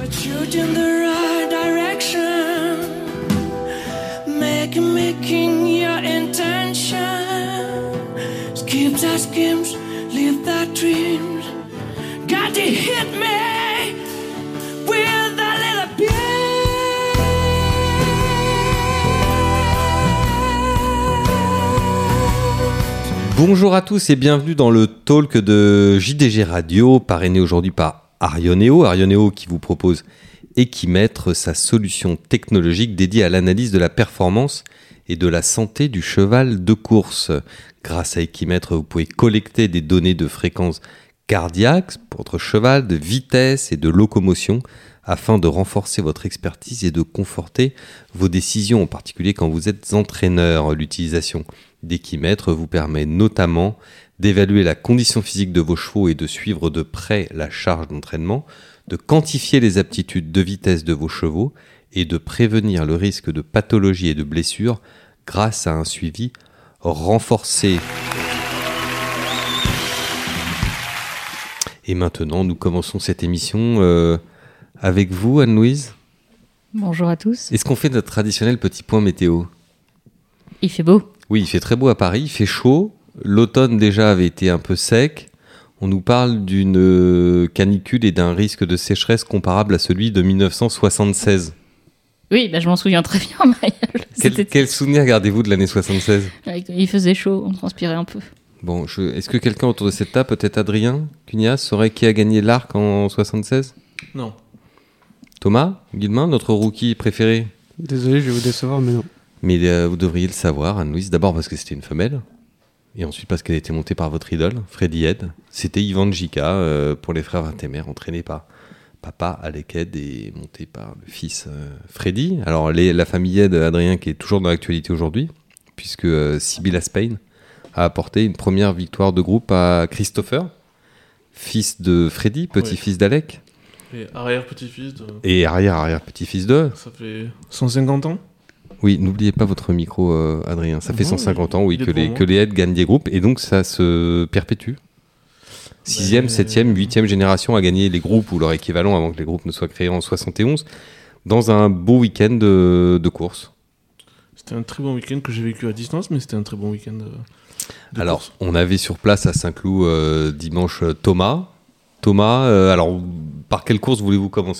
shoot in the right direction, making your intention, skip that schemes, live that dreams, got to hit me with a little bit. Bonjour à tous et bienvenue dans le talk de JDG Radio, parrainé aujourd'hui par Arioneo. Arioneo qui vous propose Equimetre, sa solution technologique dédiée à l'analyse de la performance et de la santé du cheval de course. Grâce à Equimetre, vous pouvez collecter des données de fréquence cardiaque pour votre cheval, de vitesse et de locomotion afin de renforcer votre expertise et de conforter vos décisions, en particulier quand vous êtes entraîneur. L'utilisation d'Equimetre vous permet notamment d'évaluer la condition physique de vos chevaux et de suivre de près la charge d'entraînement, de quantifier les aptitudes de vitesse de vos chevaux et de prévenir le risque de pathologie et de blessures grâce à un suivi renforcé. Et maintenant, nous commençons cette émission avec vous, Anne-Louise. Bonjour à tous. Est-ce qu'on fait notre traditionnel petit point météo ? Il fait beau. Oui, il fait très beau à Paris, il fait chaud. L'automne déjà avait été un peu sec. On nous parle d'une canicule et d'un risque de sécheresse comparable à celui de 1976. Oui, je m'en souviens très bien, Maëlle. Quel souvenir gardez-vous de l'année 76 ? Il faisait chaud, on transpirait un peu. Bon, est-ce que quelqu'un autour de cette table, peut-être Adrien Cunias, saurait qui a gagné l'Arc en 76 ? Non. Thomas Guillemin, notre rookie préféré ? Désolé, je vais vous décevoir, mais non. Mais vous devriez le savoir, Anne-Louise, d'abord parce que c'était une femelle, et ensuite parce qu'elle était montée par votre idole, Freddy Head. C'était Ivan Djika pour les frères Vertemer, entraîné par papa Alec Head et monté par le fils Freddy. Alors la famille Head, Adrien, qui est toujours dans l'actualité aujourd'hui, puisque Sibylla Spain a apporté une première victoire de groupe à Christopher, fils de Freddy, petit-fils d'Alec. Et arrière-petit-fils de... Et arrière-petit-fils de... Ça fait 150 ans ? Oui, n'oubliez pas votre micro, Adrien. Ça fait 150 ans, oui, que les aides gagnent des groupes, et donc ça se perpétue. 6e, 7e, 8e génération à gagner les groupes ou leur équivalent avant que les groupes ne soient créés en 71, dans un beau week-end de course. C'était un très bon week-end que j'ai vécu à distance, mais c'était un très bon week-end de alors, course. On avait sur place à Saint-Cloud dimanche Thomas. Thomas, alors, par quelle course voulez-vous commencer ?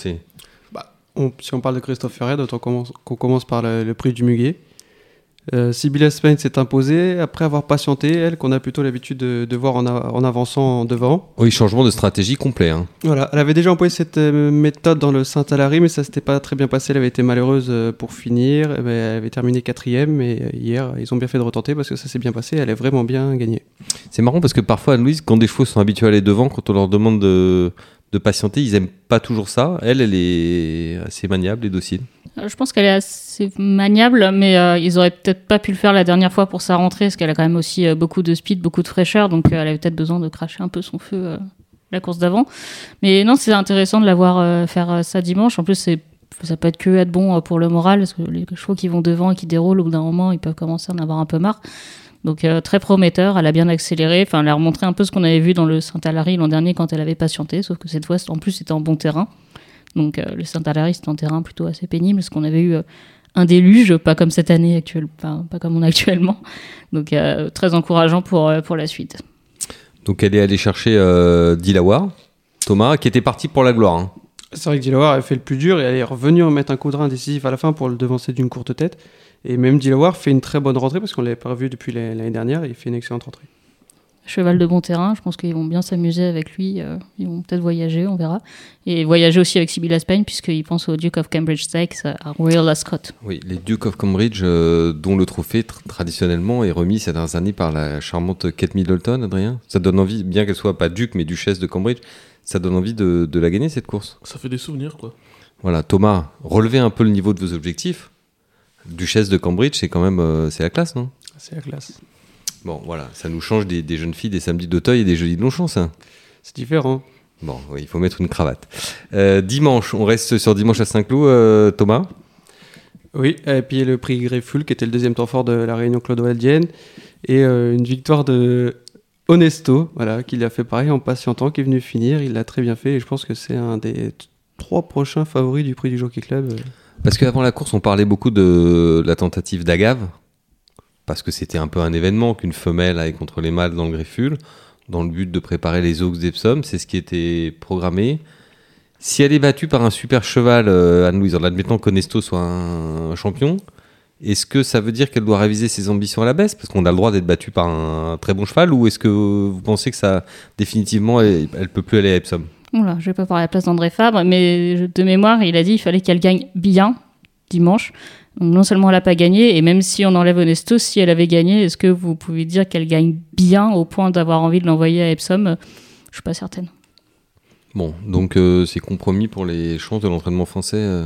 Si on parle de Christopher Head, autant qu'on commence par le prix du Muguet. Sibylla Spain s'est imposée après avoir patienté, elle, qu'on a plutôt l'habitude de voir en avançant devant. Oui, changement de stratégie complet. Hein. Voilà, elle avait déjà employé cette méthode dans le Saint-Alary, mais ça s'était pas très bien passé. Elle avait été malheureuse pour finir. Elle avait terminé 4e, mais hier, ils ont bien fait de retenter parce que ça s'est bien passé. Elle a vraiment bien gagné. C'est marrant parce que parfois, Anne-Louise, quand des chevaux sont habitués à aller devant, quand on leur demande de patienter, ils aiment pas toujours ça. Elle est assez maniable et docile. Je pense qu'elle est assez maniable, mais ils auraient peut-être pas pu le faire la dernière fois pour sa rentrée, parce qu'elle a quand même aussi beaucoup de speed, beaucoup de fraîcheur, donc elle avait peut-être besoin de cracher un peu son feu la course d'avant. Mais non, c'est intéressant de la voir faire ça dimanche. En plus, ça peut être bon pour le moral, parce que les chevaux qui vont devant et qui déroulent, au bout d'un moment, ils peuvent commencer à en avoir un peu marre. Donc très prometteur, elle a bien accéléré, elle a remontré un peu ce qu'on avait vu dans le Saint-Alary l'an dernier quand elle avait patienté, sauf que cette fois en plus c'était en bon terrain. Donc le Saint-Alary c'était un terrain plutôt assez pénible, parce qu'on avait eu un déluge, pas comme cette année pas comme on a actuellement. Donc très encourageant pour la suite. Donc elle est allée chercher Dilawar, Thomas, qui était parti pour la gloire. Hein. C'est vrai que Dilawar a fait le plus dur et elle est revenue en mettre un coup de rein décisif à la fin pour le devancer d'une courte tête. Et même Dilawar fait une très bonne rentrée parce qu'on ne l'avait pas revu depuis l'année dernière et il fait une excellente rentrée. Cheval de bon terrain, je pense qu'ils vont bien s'amuser avec lui, ils vont peut-être voyager, on verra. Et voyager aussi avec Sibylla Spain, puisqu'ils pensent au Duke of Cambridge Stakes à Royal Ascot. Oui, les Duke of Cambridge, dont le trophée traditionnellement est remis ces dernières années par la charmante Kate Middleton, Adrien. Ça donne envie, bien qu'elle soit pas duc mais duchesse de Cambridge, ça donne envie de la gagner cette course. Ça fait des souvenirs, quoi. Voilà, Thomas, relevez un peu le niveau de vos objectifs. Duchesse de Cambridge, c'est quand même c'est la classe, non ? C'est la classe. Bon, voilà, ça nous change des jeunes filles des samedis d'Auteuil et des jeudis de Longchamp, ça. C'est différent. Bon, oui, il faut mettre une cravate. Dimanche, on reste sur dimanche à Saint-Cloud, Thomas. Oui, et puis le prix Greyful, qui était le deuxième temps fort de la Réunion clodoaldienne, et une victoire de Honesto, voilà, qui l'a fait pareil en patientant, qui est venu finir. Il l'a très bien fait, et je pense que c'est un des 3 prochains favoris du prix du Jockey Club. Parce qu'avant la course, on parlait beaucoup de la tentative d'Agave, parce que c'était un peu un événement qu'une femelle aille contre les mâles dans le Griffule, dans le but de préparer les Oaks d'Epsom. C'est ce qui était programmé. Si elle est battue par un super cheval, Anne-Louise, en admettant qu'Onesto soit un champion, est-ce que ça veut dire qu'elle doit réviser ses ambitions à la baisse parce qu'on a le droit d'être battu par un très bon cheval, ou est-ce que vous pensez que ça, définitivement, elle peut plus aller à Epsom? Oula, je vais pas parler à la place d'André Fabre, mais de mémoire, il a dit qu'il fallait qu'elle gagne bien dimanche. Donc non seulement elle n'a pas gagné, et même si on enlève Onesto, si elle avait gagné, est-ce que vous pouvez dire qu'elle gagne bien au point d'avoir envie de l'envoyer à Epsom? Je suis pas certaine. Bon, donc c'est compromis pour les chances de l'entraînement français.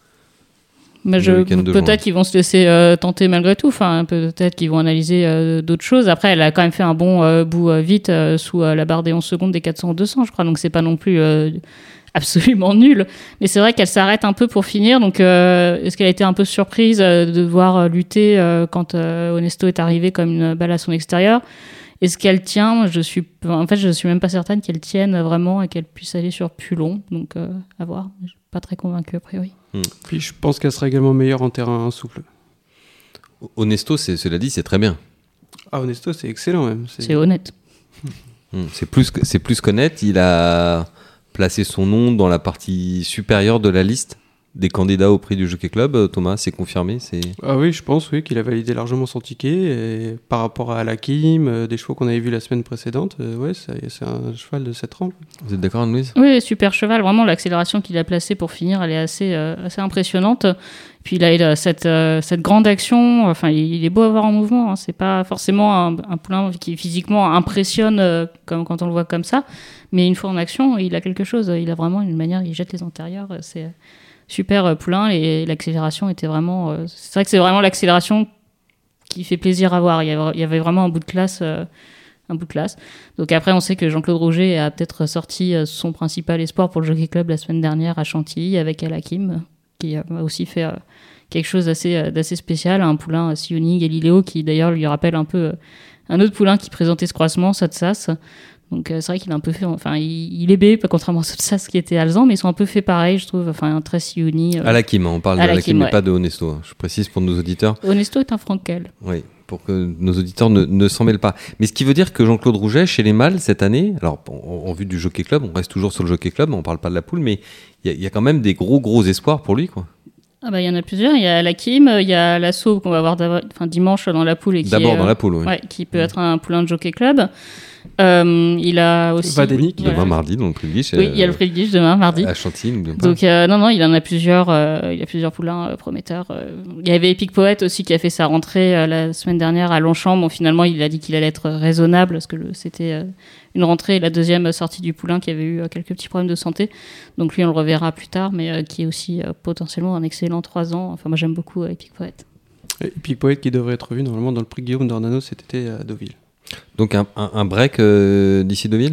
Mais peut-être qu'ils vont se laisser tenter malgré tout. Enfin, peut-être qu'ils vont analyser d'autres choses. Après, elle a quand même fait un bon bout vite sous la barre des 11 secondes des 400-200, je crois. Donc, c'est pas non plus absolument nul. Mais c'est vrai qu'elle s'arrête un peu pour finir. Donc, est-ce qu'elle a été un peu surprise de devoir lutter quand Onesto est arrivé comme une balle à son extérieur? Est-ce qu'elle tient? Je suis même pas certaine qu'elle tienne vraiment et qu'elle puisse aller sur plus long. Donc, à voir. Je suis pas très convaincue a priori. Puis je pense qu'elle sera également meilleure en terrain souple. Onesto, cela dit, c'est très bien. Ah, Onesto, c'est excellent même. C'est honnête. C'est plus qu'honnête. Il a placé son nom dans la partie supérieure de la liste des candidats au prix du Jockey Club. Thomas, c'est confirmé? Ah oui, je pense qu'il a validé largement son ticket. Et par rapport à Al-Hakim, des chevaux qu'on avait vus la semaine précédente, c'est un cheval de cette rampe. Vous êtes d'accord, Anne-Louise? Oui, super cheval. Vraiment, l'accélération qu'il a placée pour finir, elle est assez impressionnante. Puis il a cette grande action. Enfin, il est beau à voir en mouvement. Hein. C'est pas forcément un poulain qui physiquement impressionne comme quand on le voit comme ça. Mais une fois en action, il a quelque chose. Il a vraiment une manière, il jette les antérieurs. C'est super poulain, et l'accélération était vraiment... c'est vrai que c'est vraiment l'accélération qui fait plaisir à voir. Il y avait vraiment un bout de classe. Donc après, on sait que Jean-Claude Rouget a peut-être sorti son principal espoir pour le Jockey Club la semaine dernière à Chantilly avec Al-Hakim, qui a aussi fait quelque chose d'assez spécial. Un poulain Sioni Galileo qui d'ailleurs lui rappelle un peu un autre poulain qui présentait ce croisement, Sotsas. Donc c'est vrai qu'il a un peu fait, enfin il est bé, pas contrairement à Sotsas qui était alezan, mais ils sont un peu fait pareil, je trouve, enfin un très Sioni. Al-Hakim, on parle d'Al-Hakim, mais pas de Onesto. Je précise pour nos auditeurs. Onesto est un Frankel. Oui, pour que nos auditeurs ne s'en mêlent pas. Mais ce qui veut dire que Jean-Claude Rouget, chez les mâles cette année, alors en vue du Jockey Club, on reste toujours sur le Jockey Club, on parle pas de la poule, mais il y a quand même des gros espoirs pour lui, quoi. Ah bah il y en a plusieurs. Il y a Al-Hakim, il y a l'assaut qu'on va voir dimanche dans la poule et dans la poule, oui. Ouais, qui peut être un poulain de Jockey Club. Il a aussi Vadenic, demain mardi dans le prix de Guiche. Oui, il y a le prix de Guiche demain mardi. À Chantilly, n'oublions pas. Donc non, il en a plusieurs. Il y a plusieurs poulains prometteurs. Il y avait Epic Poet aussi qui a fait sa rentrée la semaine dernière à Longchamp. Bon, finalement, il a dit qu'il allait être raisonnable parce que c'était une rentrée, la deuxième sortie du poulain qui avait eu quelques petits problèmes de santé. Donc lui, on le reverra plus tard, mais qui est aussi potentiellement un excellent 3 ans. Enfin, moi, j'aime beaucoup Epic Poet. Epic Poet qui devrait être vu normalement dans le prix Guillaume d'Ornano cet été à Deauville. Donc un break d'ici Deauville?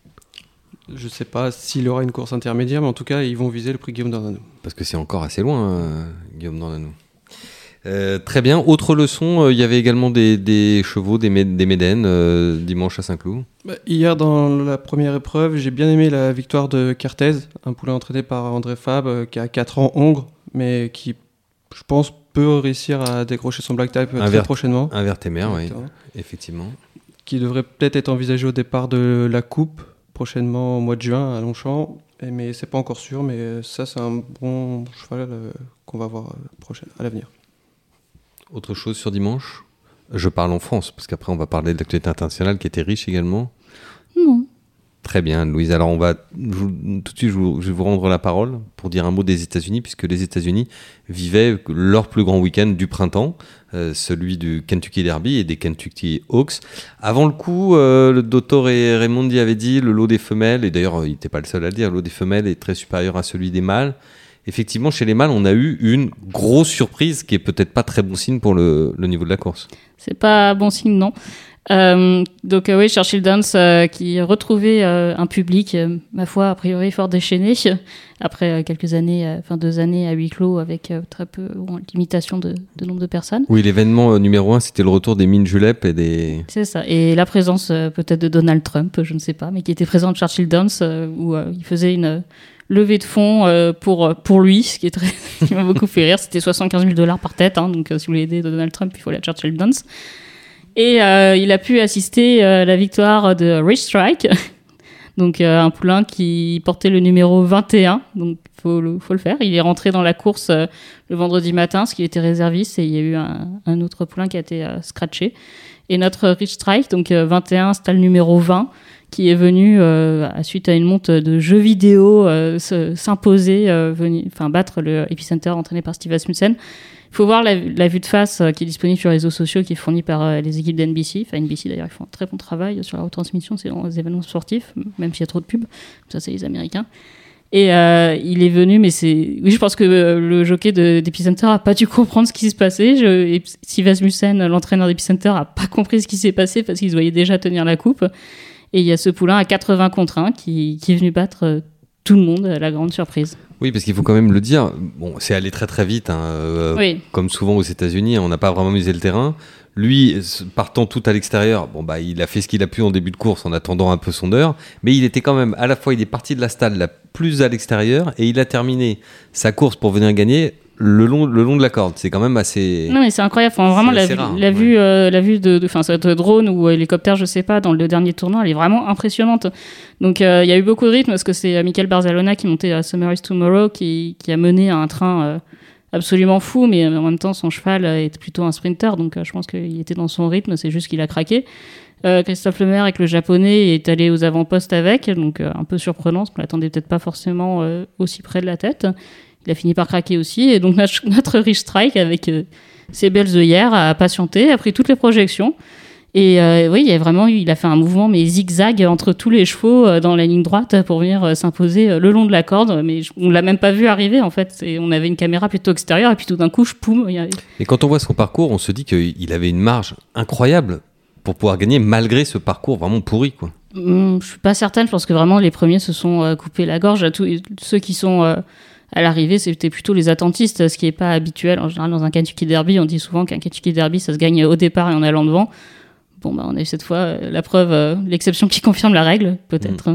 Je sais pas s'il aura une course intermédiaire, mais en tout cas, ils vont viser le prix Guillaume d'Ornano. Parce que c'est encore assez loin, Guillaume d'Ornano. Très bien. Autre leçon, il y avait également des chevaux, des Médènes, dimanche à Saint-Cloud. Hier, dans la première épreuve, j'ai bien aimé la victoire de Carthez, un poulain entraîné par André Fabre, qui a 4 ans hongre, mais qui, je pense, peut réussir à décrocher son black type très prochainement. Un Vertemer, oui, effectivement. Qui devrait peut-être être envisagé au départ de la coupe, prochainement au mois de juin à Longchamp. Mais c'est pas encore sûr, mais ça, c'est un bon cheval qu'on va voir à l'avenir. Autre chose sur dimanche? Je parle en France, parce qu'après on va parler de l'actualité internationale qui était riche également. Non. Très bien, Louise. Alors tout de suite, je vais vous rendre la parole pour dire un mot des États-Unis, puisque les États-Unis vivaient leur plus grand week-end du printemps, celui du Kentucky Derby et des Kentucky Oaks. Avant le coup, le Dottore Raimondi avait dit le lot des femelles, et d'ailleurs il n'était pas le seul à le dire, le lot des femelles est très supérieur à celui des mâles. Effectivement, chez les mâles, on a eu une grosse surprise qui est peut-être pas très bon signe pour le niveau de la course. C'est pas bon signe, non. Donc oui, Churchill Downs qui retrouvait un public, ma foi, a priori fort déchaîné, après quelques années, 2 années à huis clos avec très peu ou limitation de nombre de personnes. Oui, l'événement numéro 1, c'était le retour des mines Julep et des... C'est ça, et la présence peut-être de Donald Trump, je ne sais pas, mais qui était présent à Churchill Downs où il faisait levée de fonds pour lui, ce qui est qui m'a beaucoup fait rire. C'était $75,000 par tête, hein, donc si vous voulez aider Donald Trump, il faut aller à Churchill Downs. Et il a pu assister à la victoire de Rich Strike, donc un poulain qui portait le numéro 21, donc faut le faire. Il est rentré dans la course le vendredi matin, ce qui était réserviste, et il y a eu un autre poulain qui a été scratché. Et notre Rich Strike, donc 21, c'était le numéro 20, qui est venu, suite à une monte de jeux vidéo, s'imposer, battre le Epicenter entraîné par Steve Asmussen. Il faut voir la vue de face qui est disponible sur les réseaux sociaux, qui est fournie par les équipes d'NBC. Enfin, NBC, d'ailleurs, ils font un très bon travail sur la retransmission, c'est dans les événements sportifs, même s'il y a trop de pubs. Ça, c'est les Américains. Et il est venu, mais oui, je pense que le jockey d'Epicenter a pas dû comprendre ce qui se passait. Et Steve Asmussen, l'entraîneur d'Epicenter, a pas compris ce qui s'est passé parce qu'il se voyait déjà tenir la coupe. Et il y a ce poulain à 80 contre 1 qui est venu battre tout le monde, à la grande surprise. Oui, parce qu'il faut quand même le dire, bon, c'est allé très très vite, hein, oui. Comme souvent aux États-Unis, on n'a pas vraiment musé le terrain. Lui, partant tout à l'extérieur, il a fait ce qu'il a pu en début de course en attendant un peu son heure, mais il était quand même, à la fois, il est parti de la stade la plus à l'extérieur et il a terminé sa course pour venir gagner le long de la corde. C'est quand même assez. Non, mais c'est incroyable. Enfin, vraiment, la vue de cette drone ou hélicoptère, je sais pas, dans le dernier tournoi, elle est vraiment impressionnante. Donc, il y a eu beaucoup de rythme parce que c'est Michael Barzalona qui montait à Summer is Tomorrow qui a mené un train absolument fou, mais en même temps, son cheval est plutôt un sprinter. Donc, je pense qu'il était dans son rythme. C'est juste qu'il a craqué. Christophe Lemaire, avec le japonais, est allé aux avant-postes avec. Donc, un peu surprenant parce qu'on l'attendait peut-être pas forcément aussi près de la tête. Il a fini par craquer aussi. Et donc, notre Rich Strike, avec ses belles œillères, a patienté, a pris toutes les projections. Et oui, il a fait un mouvement, mais zigzag entre tous les chevaux dans la ligne droite pour venir s'imposer le long de la corde. Mais on l'a même pas vu arriver, en fait. On avait une caméra plutôt extérieure, et puis tout d'un coup, poum. Et quand on voit son parcours, on se dit qu'il avait une marge incroyable pour pouvoir gagner, malgré ce parcours vraiment pourri, quoi. Je suis pas certaine. Je pense que vraiment, les premiers se sont coupés la gorge. À tous ceux qui sont à l'arrivée, c'était plutôt les attentistes, ce qui n'est pas habituel. En général, dans un Kentucky Derby, on dit souvent qu'un Kentucky Derby, ça se gagne au départ et en allant devant. Bon, on a eu cette fois la preuve, l'exception qui confirme la règle, peut-être.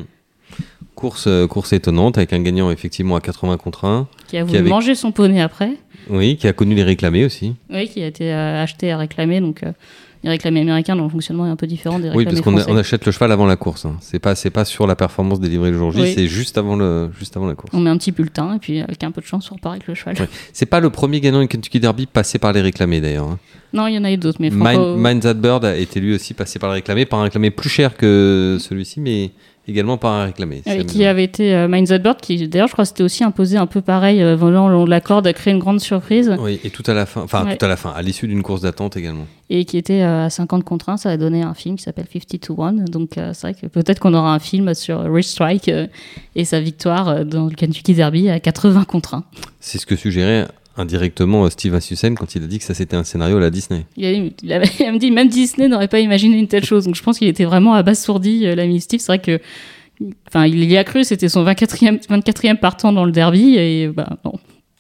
Course étonnante, avec un gagnant effectivement à 80 contre 1. Qui a voulu manger son poney après. Oui, qui a connu les réclamés aussi. Oui, qui a été acheté à réclamer, donc... Les réclamés américains, dont le fonctionnement est un peu différent des réclamés français. Oui, parce qu'on achète le cheval avant la course. Hein. C'est pas sur la performance délivrée le jour J, c'est juste avant la course. On met un petit bulletin et puis avec un peu de chance, on repart avec le cheval. Ouais. C'est pas le premier gagnant du Kentucky Derby passé par les réclamés d'ailleurs. Hein. Non, il y en a eu d'autres. Mais Mind That Bird a été lui aussi passé par les réclamés, par un réclamé plus cher que celui-ci, mais également par un réclamé. Qui avait été Mind That Bird, qui d'ailleurs je crois c'était aussi imposé un peu pareil, volant le long de la corde, a créé une grande surprise. Oui, et tout à la fin, à l'issue d'une course d'attente également. Et qui était à 50 contre 1, ça a donné un film qui s'appelle 50 to 1. Donc c'est vrai que peut-être qu'on aura un film sur Rich Strike et sa victoire dans le Kentucky Derby à 80 contre 1. C'est ce que suggérait indirectement Steve Asmussen quand il a dit que ça c'était un scénario à la Disney. Il avait dit même Disney n'aurait pas imaginé une telle chose. Donc je pense qu'il était vraiment abasourdi, l'ami Steve. C'est vrai que il y a cru, c'était son 24e partant dans le derby et non.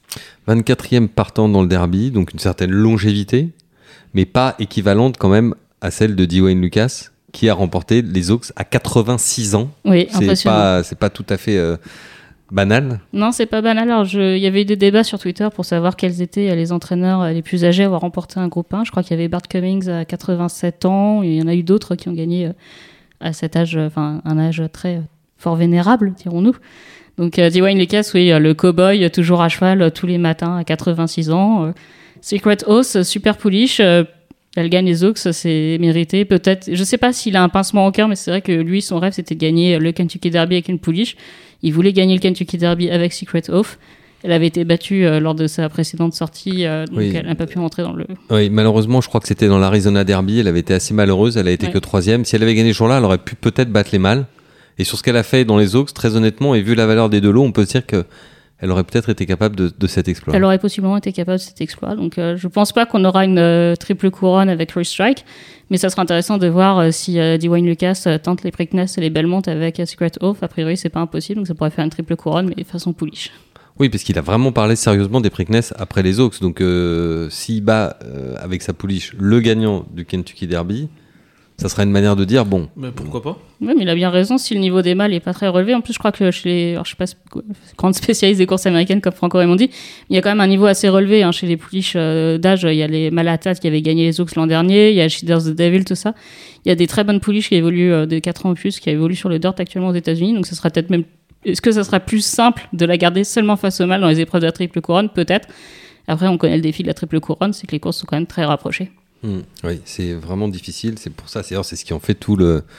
24e partant dans le derby, donc une certaine longévité, mais pas équivalente quand même à celle de Dwayne Lucas qui a remporté les Oaks à 86 ans. Oui, impressionnant. C'est pas tout à fait banal. Non, c'est pas banal. Alors, il y avait eu des débats sur Twitter pour savoir quels étaient les entraîneurs les plus âgés à avoir remporté un groupe 1. Je crois qu'il y avait Bart Cummings à 87 ans. Et il y en a eu d'autres qui ont gagné à cet âge, un âge très fort vénérable, dirons-nous. Donc, Dwayne Lucas, oui, le cow-boy, toujours à cheval tous les matins à 86 ans. Secret Oath, super pouliche. Elle gagne les Oaks, c'est mérité. Peut-être, je sais pas s'il a un pincement au cœur, mais c'est vrai que lui, son rêve, c'était de gagner le Kentucky Derby avec une pouliche. Il voulait gagner le Kentucky Derby avec Secret Oath. Elle avait été battue lors de sa précédente sortie, donc elle n'a pas pu rentrer dans le... Oui, malheureusement, je crois que c'était dans l'Arizona Derby. Elle avait été assez malheureuse, elle a été que 3e. Si elle avait gagné ce jour-là, elle aurait pu peut-être battre les mâles. Et sur ce qu'elle a fait dans les Oaks, très honnêtement, et vu la valeur des deux lots, on peut se dire qu'elle aurait peut-être été capable de cet exploit. Elle aurait possiblement été capable de cet exploit. Donc je pense pas qu'on aura une triple couronne avec Rich Strike, mais ça sera intéressant de voir si Dwayne Lucas tente les Preakness et les Belmont avec Secret Oath. A priori, c'est pas impossible, donc ça pourrait faire une triple couronne, mais façon pouliche. Oui, parce qu'il a vraiment parlé sérieusement des Preakness après les Oaks. Donc s'il bat avec sa pouliche le gagnant du Kentucky Derby, Ça serait une manière de dire, bon, Mais pourquoi pas? Oui, mais il a bien raison si le niveau des mâles est pas très relevé. En plus, je crois que chez les, alors, je sais pas, grandes spécialistes des courses américaines comme Franco Raimondi, il y a quand même un niveau assez relevé hein, chez les pouliches d'âge. Il y a les Malatat qui avaient gagné les Oaks l'an dernier, il y a Sheeders the Devil, tout ça. Il y a des très bonnes pouliches qui évoluent de 4 ans en plus, qui évoluent sur le dirt actuellement aux États-Unis. Donc, ça sera peut-être même. Est-ce que ça sera plus simple de la garder seulement face au mâle dans les épreuves de la triple couronne? Peut-être. Après, on connaît le défi de la triple couronne, c'est que les courses sont quand même très rapprochées. Oui, c'est vraiment difficile. C'est pour ça, c'est ce qui en fait tout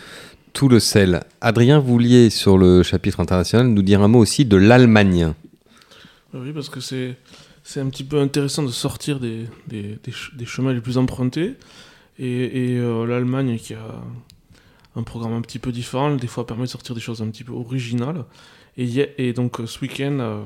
le sel. Adrien, vous vouliez, sur le chapitre international, nous dire un mot aussi de l'Allemagne. Oui, parce que c'est un petit peu intéressant de sortir des chemins les plus empruntés. Et l'Allemagne, qui a un programme un petit peu différent, des fois permet de sortir des choses un petit peu originales. Et donc, ce week-end,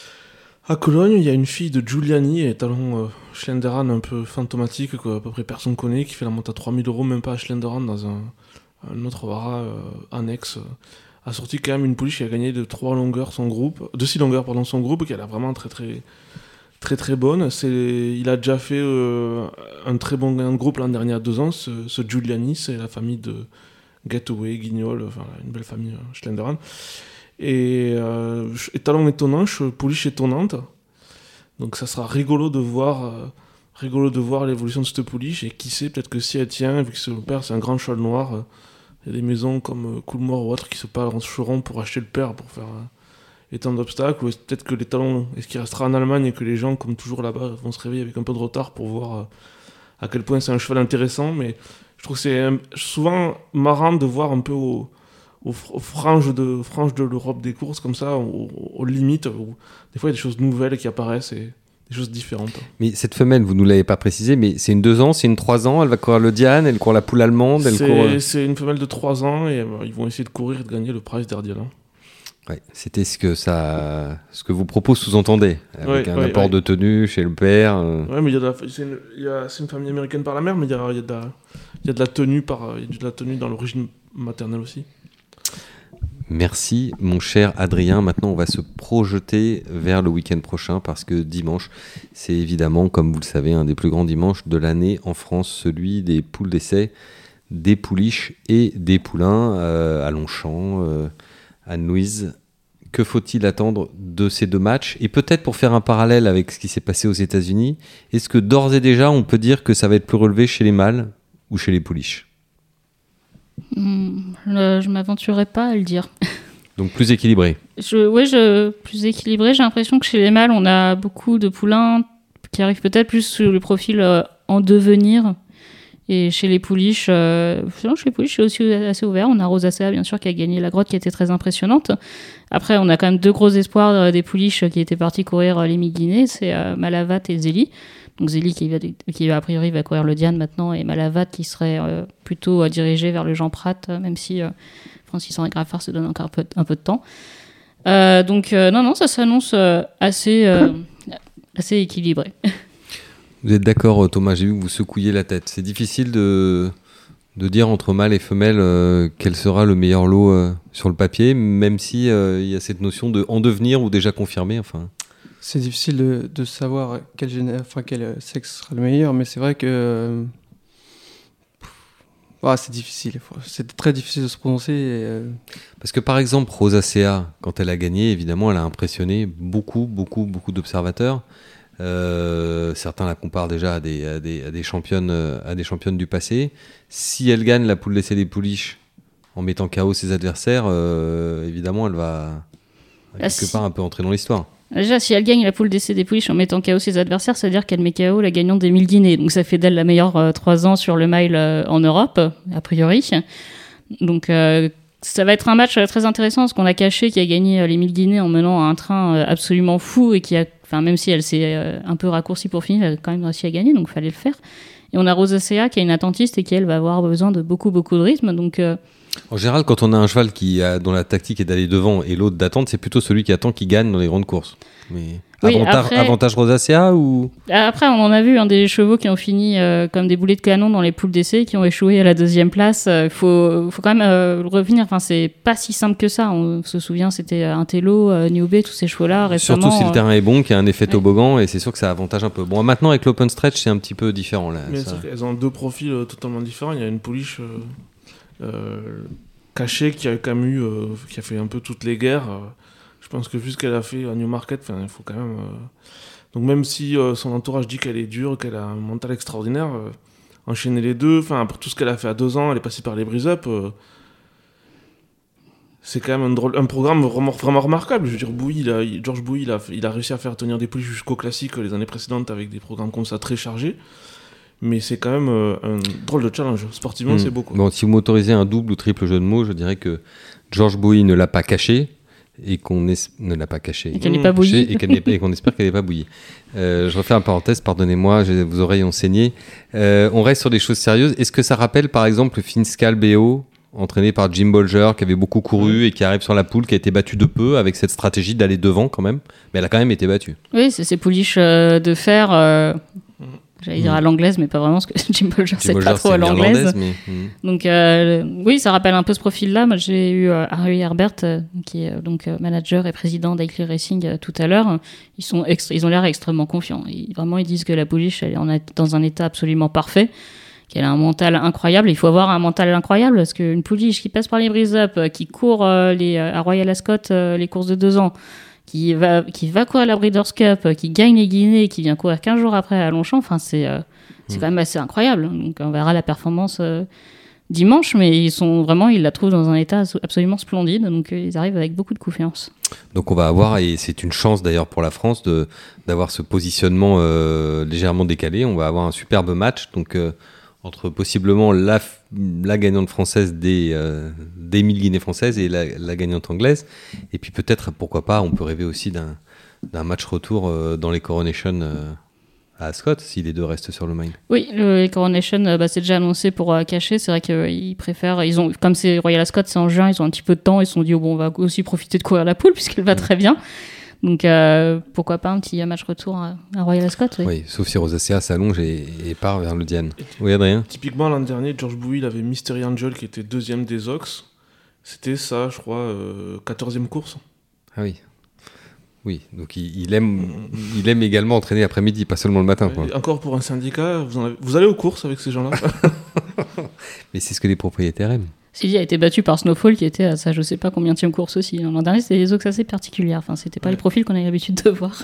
à Cologne, il y a une fille de Giuliani, talon Schlenderhan un peu fantomatique, que à peu près personne connaît, qui fait la monte à 3 000 € même pas à Schlenderhan, dans un autre vara annexe, a sorti quand même une pouliche qui a gagné de 6 longueurs son groupe, qui a l'air vraiment très très très très bonne. Il a déjà fait un très bon gain de groupe l'an dernier à 2 ans. Ce Giuliani, c'est la famille de Gateway, Guignol, enfin une belle famille Schlenderhan. Et talon étonnant, pouliche étonnante. Donc ça sera rigolo de voir l'évolution de cette pouliche. Et qui sait, peut-être que si elle tient, vu que son père c'est un grand cheval noir, il y a des maisons comme Coolmore ou autres qui se pencheront pour acheter le père pour faire étant d'obstacles. Ou peut-être que les talons, est-ce qu'il restera en Allemagne et que les gens, comme toujours là-bas, vont se réveiller avec un peu de retard pour voir à quel point c'est un cheval intéressant. Mais je trouve que c'est souvent marrant de voir un peu aux franges de l'Europe des courses comme ça, aux limites, où des fois il y a des choses nouvelles qui apparaissent et des choses différentes. Mais cette femelle, vous ne nous l'avez pas précisé, mais c'est une 2 ans, c'est une 3 ans, elle va courir le Diane, elle court la poule allemande, c'est une femelle de 3 ans et ils vont essayer de courir et de gagner le Prize d'Ardialan. Ouais, c'était ce que vos propos sous-entendaient, avec un apport de tenue chez le père. Ouais, mais c'est une famille américaine par la mère, mais il y a de la tenue dans l'origine maternelle aussi. Merci mon cher Adrien. Maintenant on va se projeter vers le week-end prochain parce que dimanche c'est évidemment, comme vous le savez, un des plus grands dimanches de l'année en France, celui des poules d'essai, des pouliches et des poulains à Longchamp, Anne-Louise. Que faut-il attendre de ces 2 matchs? Et peut-être pour faire un parallèle avec ce qui s'est passé aux États-Unis, est-ce que d'ores et déjà on peut dire que ça va être plus relevé chez les mâles ou chez les pouliches? Je m'aventurerai pas à le dire. Donc plus équilibré. Plus équilibré. J'ai l'impression que chez les mâles, on a beaucoup de poulains qui arrivent peut-être plus sur le profil en devenir. Et chez les pouliches, c'est aussi assez ouvert. On a Rosacea, bien sûr, qui a gagné la grotte, qui était très impressionnante. Après, on a quand même 2 gros espoirs des pouliches qui étaient partis courir les Mid-Guinée. C'est Malavat et Zélie. Donc Zélie qui a priori va courir le Diane maintenant, et Malavat qui serait plutôt dirigé vers le Jean Prat, même si Francis Henri Graffard se donne encore un peu de temps. Non, ça s'annonce assez équilibré. Vous êtes d'accord, Thomas? J'ai vu que vous secouiez la tête. C'est difficile de dire entre mâles et femelles quel sera le meilleur lot sur le papier, même si y a cette notion de en devenir ou déjà confirmé. Enfin. C'est difficile de savoir quel sexe sera le meilleur, mais c'est vrai que c'est difficile. C'est très difficile de se prononcer. Parce que par exemple, Rosacea, quand elle a gagné, évidemment, elle a impressionné beaucoup d'observateurs. Certains la comparent déjà à des championnes du passé. Si elle gagne la poule d'essai des pouliches en mettant KO ses adversaires, évidemment, elle va quelque part un peu entrer dans l'histoire. Déjà, si elle gagne la poule d'essai des pouliches en mettant KO ses adversaires, ça veut dire qu'elle met KO la gagnante des 1000 Guinées. Donc ça fait d'elle la meilleure 3 ans sur le mile en Europe, a priori. Donc ça va être un match très intéressant, parce qu'on a caché qui a gagné les 1000 Guinées en menant un train absolument fou, et même si elle s'est un peu raccourcie pour finir, elle a quand même réussi à gagner, donc il fallait le faire. Et on a Rosacea qui est une attentiste et qui, elle, va avoir besoin de beaucoup de rythme. Donc En général, quand on a un cheval dont la tactique est d'aller devant et l'autre d'attendre, c'est plutôt celui qui attend qui gagne dans les grandes courses. Mais Oui, après- avantage Rosacea ou Après, on en a vu des chevaux qui ont fini comme des boulets de canon dans les poules d'essai, qui ont échoué à la 2e place. Faut quand même revenir. Enfin, c'est pas si simple que ça. On se souvient, c'était Intello, Newbay, tous ces chevaux-là récemment. surtout si le terrain est bon, qu'il y a un effet ouais. toboggan, et c'est sûr que ça avantage un peu. Bon, maintenant avec l'open stretch, c'est un petit peu différent là. Mais ça. c'est vrai qu'elles ont 2 profils totalement différents. Il y a une pouliche cachée qui a quand même eu, qui a fait un peu toutes les guerres. Je pense que vu ce qu'elle a fait à Newmarket, il faut quand même. Donc même si son entourage dit qu'elle est dure, qu'elle a un mental extraordinaire, enchaîner les deux, après tout ce qu'elle a fait à 2 ans, elle est passée par les brise-up. C'est quand même un programme vraiment remarquable. Je veux dire, George Bouilly, il a réussi à faire tenir des pouliches jusqu'au classique les années précédentes avec des programmes comme ça très chargés. Mais c'est quand même un drôle de challenge. Sportivement, c'est beau, quoi. Bon, si vous m'autorisez un double ou triple jeu de mots, je dirais que George Bouilly ne l'a pas caché et ne l'a pas caché. Et qu'elle n'est pas bouillie. Et qu'on espère qu'elle n'est pas bouillie. Je refais une parenthèse, pardonnez-moi, vos oreilles ont saigné. On reste sur des choses sérieuses. Est-ce que ça rappelle par exemple le Finskal BO entraîné par Jim Bolger, qui avait beaucoup couru et qui arrive sur la poule, qui a été battue de peu avec cette stratégie d'aller devant quand même, mais elle a quand même été battue. Oui, c'est ces pouliches de fer. J'allais dire à l'anglaise, mais pas vraiment, parce que Jim Bolger, c'est pas trop à l'anglaise. Mais... Donc, oui, ça rappelle un peu ce profil-là. Moi, j'ai eu Harry Herbert, qui est donc manager et président d'Aikli Racing tout à l'heure. Ils ont l'air extrêmement confiants. Vraiment, ils disent que la pouliche, elle est dans un état absolument parfait, qu'elle a un mental incroyable. Il faut avoir un mental incroyable, parce qu'une pouliche qui passe par les brise-up, qui court à Royal Ascot les courses de 2 ans, qui va courir la Breeders' Cup, qui gagne les Guinées, qui vient courir 15 jours après à Longchamp, c'est quand même assez incroyable. Donc on verra la performance dimanche, mais ils la trouvent dans un état absolument splendide, donc ils arrivent avec beaucoup de confiance. Donc on va avoir, et c'est une chance d'ailleurs pour la France d'avoir ce positionnement légèrement décalé. On va avoir un superbe match, donc entre possiblement la gagnante française des 1000 Guinées françaises et la gagnante anglaise. Et puis peut-être, pourquoi pas, on peut rêver aussi d'un match retour dans les Coronation à Ascot, si les deux restent sur le Mile. Oui, les Coronation, c'est déjà annoncé pour cacher. C'est vrai qu'ils préfèrent, comme c'est Royal Ascot, c'est en juin, ils ont un petit peu de temps, ils se sont dit, on va aussi profiter de courir la poule, puisqu'elle va très bien. Donc pourquoi pas un petit match retour à Royal Ascot. Oui, sauf si Rosacea s'allonge et part vers le Diane. Oui, Adrien. Typiquement, l'an dernier, George Bouilly avait Mystery Angel qui était 2e des Ox. C'était ça, je crois, 14e course. Ah oui. Oui, donc il aime également entraîner l'après-midi, pas seulement le matin. Quoi. Encore pour un syndicat, vous allez aux courses avec ces gens-là. Mais c'est ce que les propriétaires aiment. Sylvie a été battue par Snowfall, qui était à ça, je sais pas combienième course aussi. L'an dernier, c'était des Ox assez particulières. C'était pas les profils qu'on a l'habitude de voir.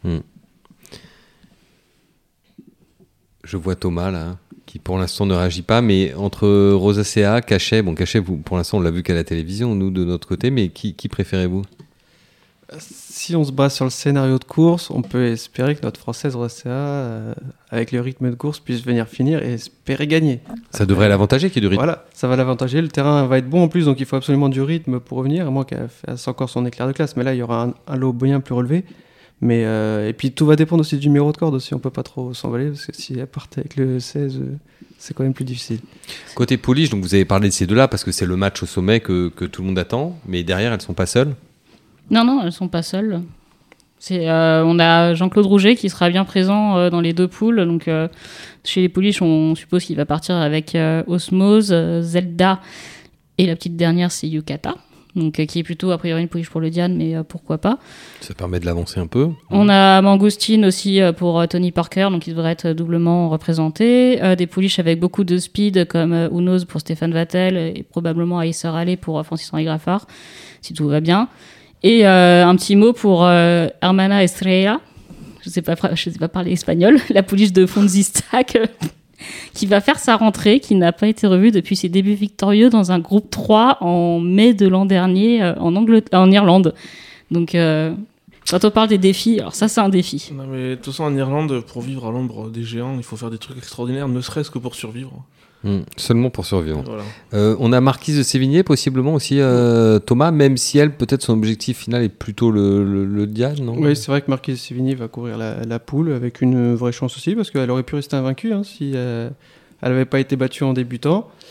Je vois Thomas là, qui pour l'instant ne réagit pas, mais entre Rosacea, Cachet, pour l'instant on l'a vu qu'à la télévision, nous de notre côté, mais qui préférez-vous ? Si on se base sur le scénario de course, on peut espérer que notre Française Rosacea, avec le rythme de course, puisse venir finir et espérer gagner. Ça devrait l'avantager qu'il y ait du rythme. Voilà, ça va l'avantager. Le terrain va être bon en plus, donc il faut absolument du rythme pour revenir, à moins qu'elle fasse encore son éclair de classe. Mais là, il y aura un lot bien plus relevé. Mais, et puis tout va dépendre aussi du numéro de corde aussi. On peut pas trop s'emballer, parce que si elle part avec le 16, c'est quand même plus difficile. Côté pouliche, donc vous avez parlé de ces deux-là, parce que c'est le match au sommet que tout le monde attend, mais derrière, elles sont pas seules. Non, elles sont pas seules. On a Jean-Claude Rouget qui sera bien présent dans les 2 poules. Donc, chez les pouliches, on suppose qu'il va partir avec Osmose, Zelda et la petite dernière, c'est Yukata. Donc, qui est plutôt a priori une pouliche pour le Diane, mais pourquoi pas. Ça permet de l'avancer un peu. On a Mangoustine aussi pour Tony Parker, donc il devrait être doublement représenté. Des pouliches avec beaucoup de speed comme Unoz pour Stéphane Vattel et probablement Aïssa Raleigh pour Francis-Henri Graffard, si tout va bien. Et un petit mot pour Hermana Estrella, je sais pas parler espagnol, la pouliche de Fonzie Stack, qui va faire sa rentrée, qui n'a pas été revue depuis ses débuts victorieux dans un groupe 3 en mai de l'an dernier en Irlande. Donc quand on parle des défis, alors ça c'est un défi. Non mais de toute façon en Irlande, pour vivre à l'ombre des géants, il faut faire des trucs extraordinaires, ne serait-ce que pour survivre. Seulement pour survivre. Voilà. On a Marquise de Sévigné possiblement aussi, Thomas, même si elle, peut-être son objectif final est plutôt le Diane, non ? Oui, c'est vrai que Marquise de Sévigné va courir la poule avec une vraie chance aussi, parce qu'elle aurait pu rester invaincue si elle n'avait pas été battue en débutant.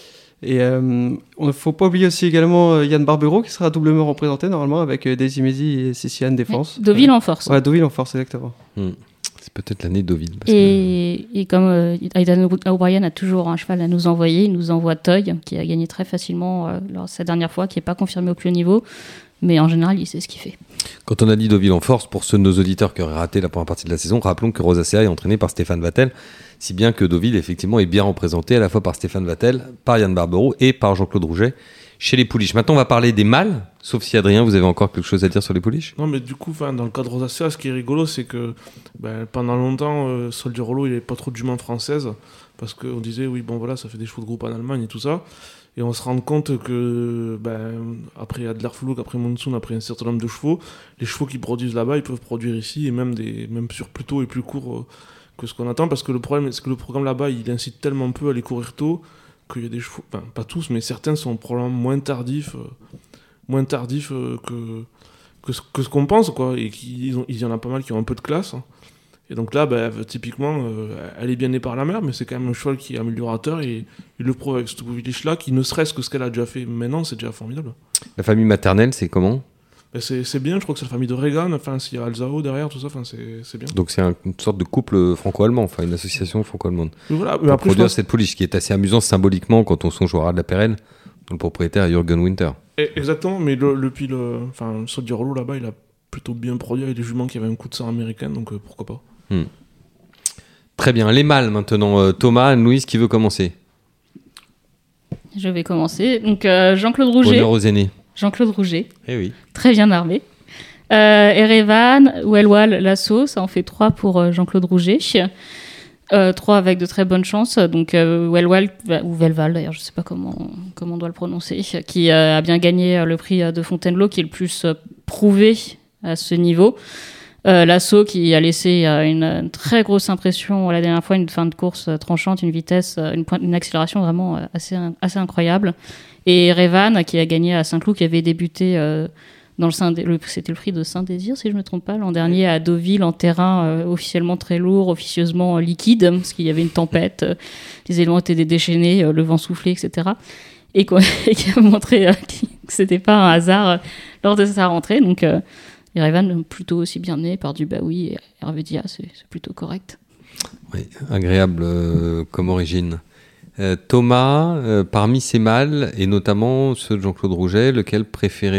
Et il ne faut pas oublier aussi également Yann Barbero qui sera doublement représenté normalement avec Daisy Mezi et Siciane Défense. Deauville en force. Ouais, Deauville en force, exactement. C'est peut-être l'année de Deauville. Et comme Aidan O'Brien a toujours un cheval à nous envoyer, il nous envoie Toy, qui a gagné très facilement sa dernière fois, qui n'est pas confirmé au plus haut niveau. Mais en général, il sait ce qu'il fait. Quand on a dit Deauville en force, pour ceux de nos auditeurs qui auraient raté la première partie de la saison, rappelons que Rosacea est entraîné par Stéphane Vattel, si bien que Deauville, effectivement, est bien représenté à la fois par Stéphane Vattel, par Yann Barbero et par Jean-Claude Rouget chez les pouliches. Maintenant, on va parler des mâles, sauf si Adrien, vous avez encore quelque chose à dire sur les pouliches ? Non, mais du coup, dans le cas de Rosacea, ce qui est rigolo, c'est que pendant longtemps, Soldier-Rollo, il n'avait pas trop de juments françaises, parce qu'on disait, oui, bon voilà, ça fait des chevaux de groupe en Allemagne et tout ça. Et on se rend compte que, après Adlerflug, après Monsoon, après un certain nombre de chevaux, les chevaux qui produisent là-bas, ils peuvent produire ici, et même sur plus tôt et plus court que ce qu'on attend, parce que le problème, c'est que le programme là-bas, il incite tellement peu à les courir tôt, qu'il y a des chevaux, pas tous, mais certains sont probablement moins tardifs que ce qu'on pense, quoi, et il y en a pas mal qui ont un peu de classe. Hein. Et donc là, typiquement, elle est bien née par la mère, mais c'est quand même un cheval qui est améliorateur, et il le prouve avec ce pouliche-là, qui ne serait-ce que ce qu'elle a déjà fait maintenant, c'est déjà formidable. La famille maternelle, c'est comment ? C'est bien, je crois que c'est la famille de Reagan, s'il y a Alzao derrière, tout ça, c'est bien. Donc c'est une sorte de couple franco-allemand, une association franco-allemande. Voilà, pour produire cette pouliche, qui est assez amusant symboliquement quand on songe au rat de la Perrelle, dont le propriétaire est Jürgen Winter. Exactement, mais le Soldier-Rollo là-bas, il a plutôt bien produit avec des juments qui avaient un coup de sang américain, donc pourquoi pas. Très bien, les mâles maintenant. Thomas, Anne-Louise, qui veut commencer ? Je vais commencer. Donc Jean-Claude Rouget. Honneur aux aînés. Jean-Claude Rouget. Eh oui. Très bien armé. Erevan, Welwal, Lasso, ça en fait 3 pour Jean-Claude Rouget. 3 avec de très bonnes chances. Donc Welwal, ou Velval d'ailleurs, je ne sais pas comment on doit le prononcer, qui a bien gagné le prix de Fontainebleau, qui est le plus prouvé à ce niveau. Lasso qui a laissé une très grosse impression la dernière fois, une fin de course tranchante, une vitesse, une accélération vraiment assez incroyable. Et Revan qui a gagné à Saint-Cloud, qui avait débuté dans c'était le prix de Saint-Désir si je ne me trompe pas, l'an dernier à Deauville en terrain officiellement très lourd, officieusement liquide, parce qu'il y avait une tempête, les éléments étaient déchaînés, le vent soufflait, etc. Et qui a montré que c'était pas un hasard lors de sa rentrée. Donc Erevan plutôt aussi bien né par Dubaoui et Hervé Diaz, c'est plutôt correct. Oui, agréable comme origine. Thomas, parmi ces mâles, et notamment ceux de Jean-Claude Rouget, lequel préférez-vous ?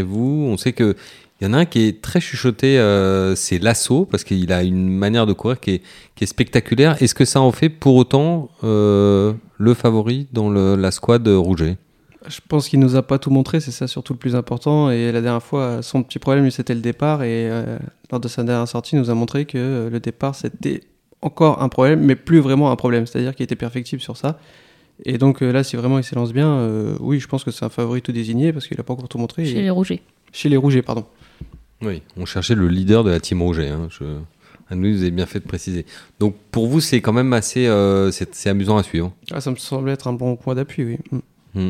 On sait qu'il y en a un qui est très chuchoté, c'est Lasso, parce qu'il a une manière de courir qui est spectaculaire. Est-ce que ça en fait pour autant le favori dans la squad Rouget ? Je pense qu'il nous a pas tout montré, c'est ça surtout le plus important. Et la dernière fois, son petit problème, c'était le départ. Et lors de sa dernière sortie, il nous a montré que le départ, c'était encore un problème, mais plus vraiment un problème. C'est-à-dire qu'il était perfectible sur ça. Et donc là, si vraiment il s'élance bien, oui, je pense que c'est un favori tout désigné parce qu'il n'a pas encore tout montré. Chez les Rougets. Chez les Rougets, pardon. Oui, on cherchait le leader de la team Rouget. Anne-Louise, vous avez bien fait de préciser. Donc pour vous, c'est quand même assez c'est amusant à suivre. Ah, ça me semble être un bon point d'appui, oui.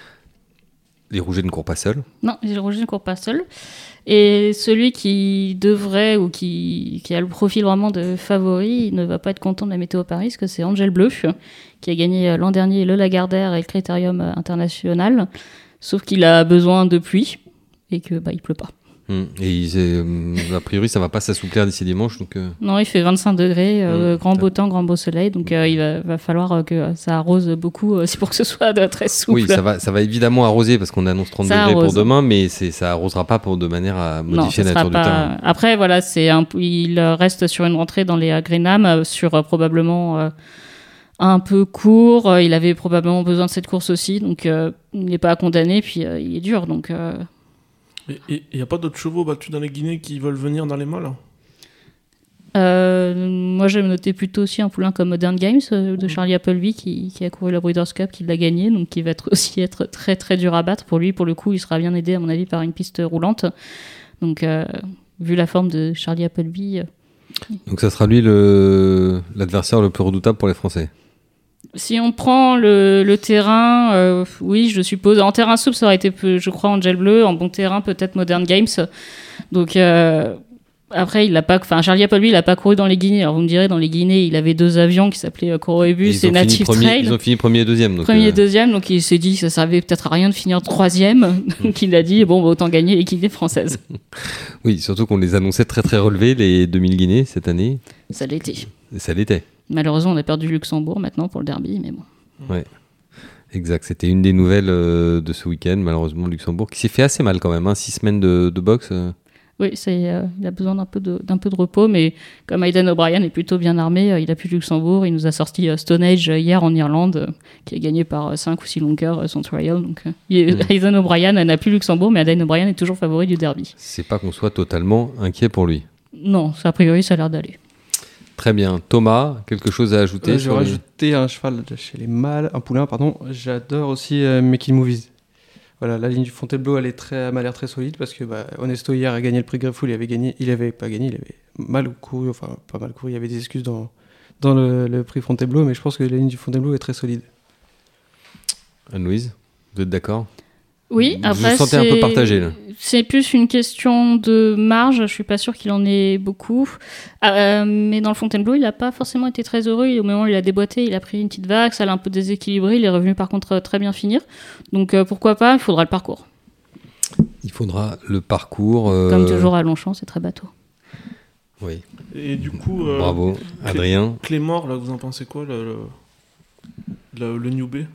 Les Rougets ne courent pas seuls ? Non, les Rougets ne courent pas seuls. Et celui qui devrait ou qui a le profil vraiment de favori, il ne va pas être content de la météo Paris, parce que c'est Angel Bleu, qui a gagné l'an dernier le Lagardère et le Critérium International. Sauf qu'il a besoin de pluie et que il pleut pas. Et a priori, ça va pas s'assouplir d'ici dimanche. Donc Non, il fait 25 degrés, grand beau temps, grand beau soleil. Donc il va falloir que ça arrose beaucoup pour que ce soit très souple. Oui, ça va évidemment arroser parce qu'on annonce 30 degrés pour demain, mais ça arrosera pas de manière à modifier la nature du terrain. Après, voilà, il reste sur une rentrée dans les Greenham, sur probablement un peu court. Il avait probablement besoin de cette course aussi, donc il n'est pas condamné, puis il est dur. Donc. Et il n'y a pas d'autres chevaux battus dans les Guinées qui veulent venir dans les mâles ? Moi, j'aime noter plutôt aussi un poulain comme Modern Games de Charlie Appleby qui a couru la Breeders' Cup, qui l'a gagné, donc qui va être très très dur à battre pour lui. Pour le coup, il sera bien aidé à mon avis par une piste roulante. Donc, vu la forme de Charlie Appleby. Donc, ça sera lui l'adversaire le plus redoutable pour les Français. Si on prend le terrain, oui, je suppose. En terrain souple, ça aurait été, je crois, Angel Bleu. En bon terrain, peut-être Modern Games. Donc, Après, Charlie Apple, lui, il a pas couru dans les Guinées. Alors, vous me direz, dans les Guinées, il avait 2 avions qui s'appelaient Coroebus et Native Trail. Ils ont fini premier et deuxième. Premier et deuxième, donc il s'est dit que ça servait peut-être à rien de finir 3e. Donc il a dit, bon, bah, autant gagner les Guinées françaises. Oui, surtout qu'on les annonçait très très relevés, les 2000 Guinées, cette année. Ça l'était. Ça l'était. Malheureusement, on a perdu Luxembourg maintenant pour le derby, mais bon. Ouais. Exact, c'était une des nouvelles de ce week-end, malheureusement, Luxembourg, qui s'est fait assez mal quand même, 6 semaines de boxe. Oui, il a besoin d'un peu de repos, mais comme Aidan O'Brien est plutôt bien armé, il a pu Luxembourg, il nous a sorti Stone Age hier en Irlande, qui a gagné par 5 ou 6 longueurs son trial. Donc, Aidan O'Brien n'a plus Luxembourg, mais Aidan O'Brien est toujours favori du derby. C'est pas qu'on soit totalement inquiet pour lui. Non, a priori, ça a l'air d'aller. Très bien. Thomas, quelque chose à ajouter Je vais rajouter un cheval chez les mâles, un poulain, pardon. J'adore aussi Making Movies. Voilà, la ligne du Fontainebleau, elle m'a l'air très solide parce que Honesto hier a gagné le prix Greffoul, il avait mal couru, enfin pas mal couru, il y avait des excuses dans le prix Fontainebleau, mais je pense que la ligne du Fontainebleau est très solide. Anne-Louise, vous êtes d'accord ? Oui, après, vous sentez un peu partagé là. C'est plus une question de marge. Je suis pas sûr qu'il en ait beaucoup. Mais dans le Fontainebleau, il n'a pas forcément été très heureux. Au moment où il a déboîté, il a pris une petite vague, ça l'a un peu déséquilibré. Il est revenu par contre très bien finir. Donc pourquoi pas, il faudra le parcours. Il faudra le parcours. Comme toujours à Longchamp, c'est très bateau. Oui. Et du coup... bravo, Adrien. Clémor, là, vous en pensez quoi, le New Bay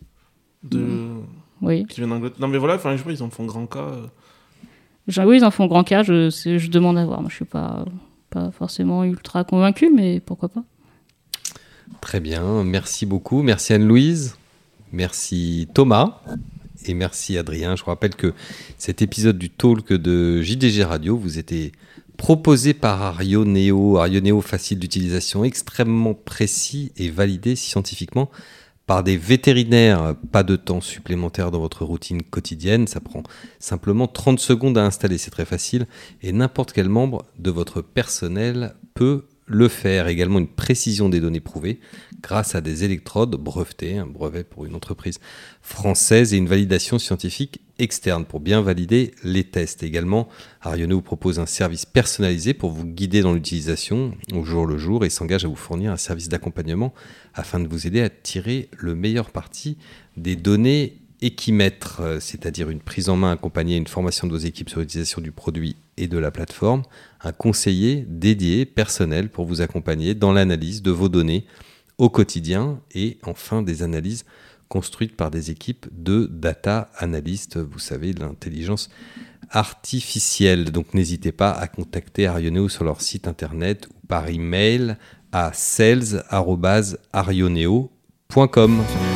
Oui. Qui vient d'Angleterre. Non mais voilà, je sais pas, ils en font grand cas. Oui, ils en font grand cas, je demande à voir. Moi, je suis pas forcément ultra convaincu, mais pourquoi pas. Très bien, merci beaucoup. Merci Anne-Louise, merci Thomas et merci Adrien. Je vous rappelle que cet épisode du Talk de JDG Radio vous était proposé par Arioneo. Arioneo, facile d'utilisation, extrêmement précis et validé scientifiquement par des vétérinaires. Pas de temps supplémentaire dans votre routine quotidienne, ça prend simplement 30 secondes à installer, c'est très facile, et n'importe quel membre de votre personnel peut le faire. Également une précision des données prouvées grâce à des électrodes brevetées, un brevet pour une entreprise française, et une validation scientifique externe pour bien valider les tests. Également, Arioneo vous propose un service personnalisé pour vous guider dans l'utilisation au jour le jour et s'engage à vous fournir un service d'accompagnement afin de vous aider à tirer le meilleur parti des données équimètres, c'est-à-dire une prise en main accompagnée, une formation de vos équipes sur l'utilisation du produit et de la plateforme, un conseiller dédié, personnel, pour vous accompagner dans l'analyse de vos données au quotidien, et enfin des analyses construites par des équipes de data analystes, vous savez, de l'intelligence artificielle. Donc n'hésitez pas à contacter Arioneo sur leur site internet ou par email à sales@arioneo.com.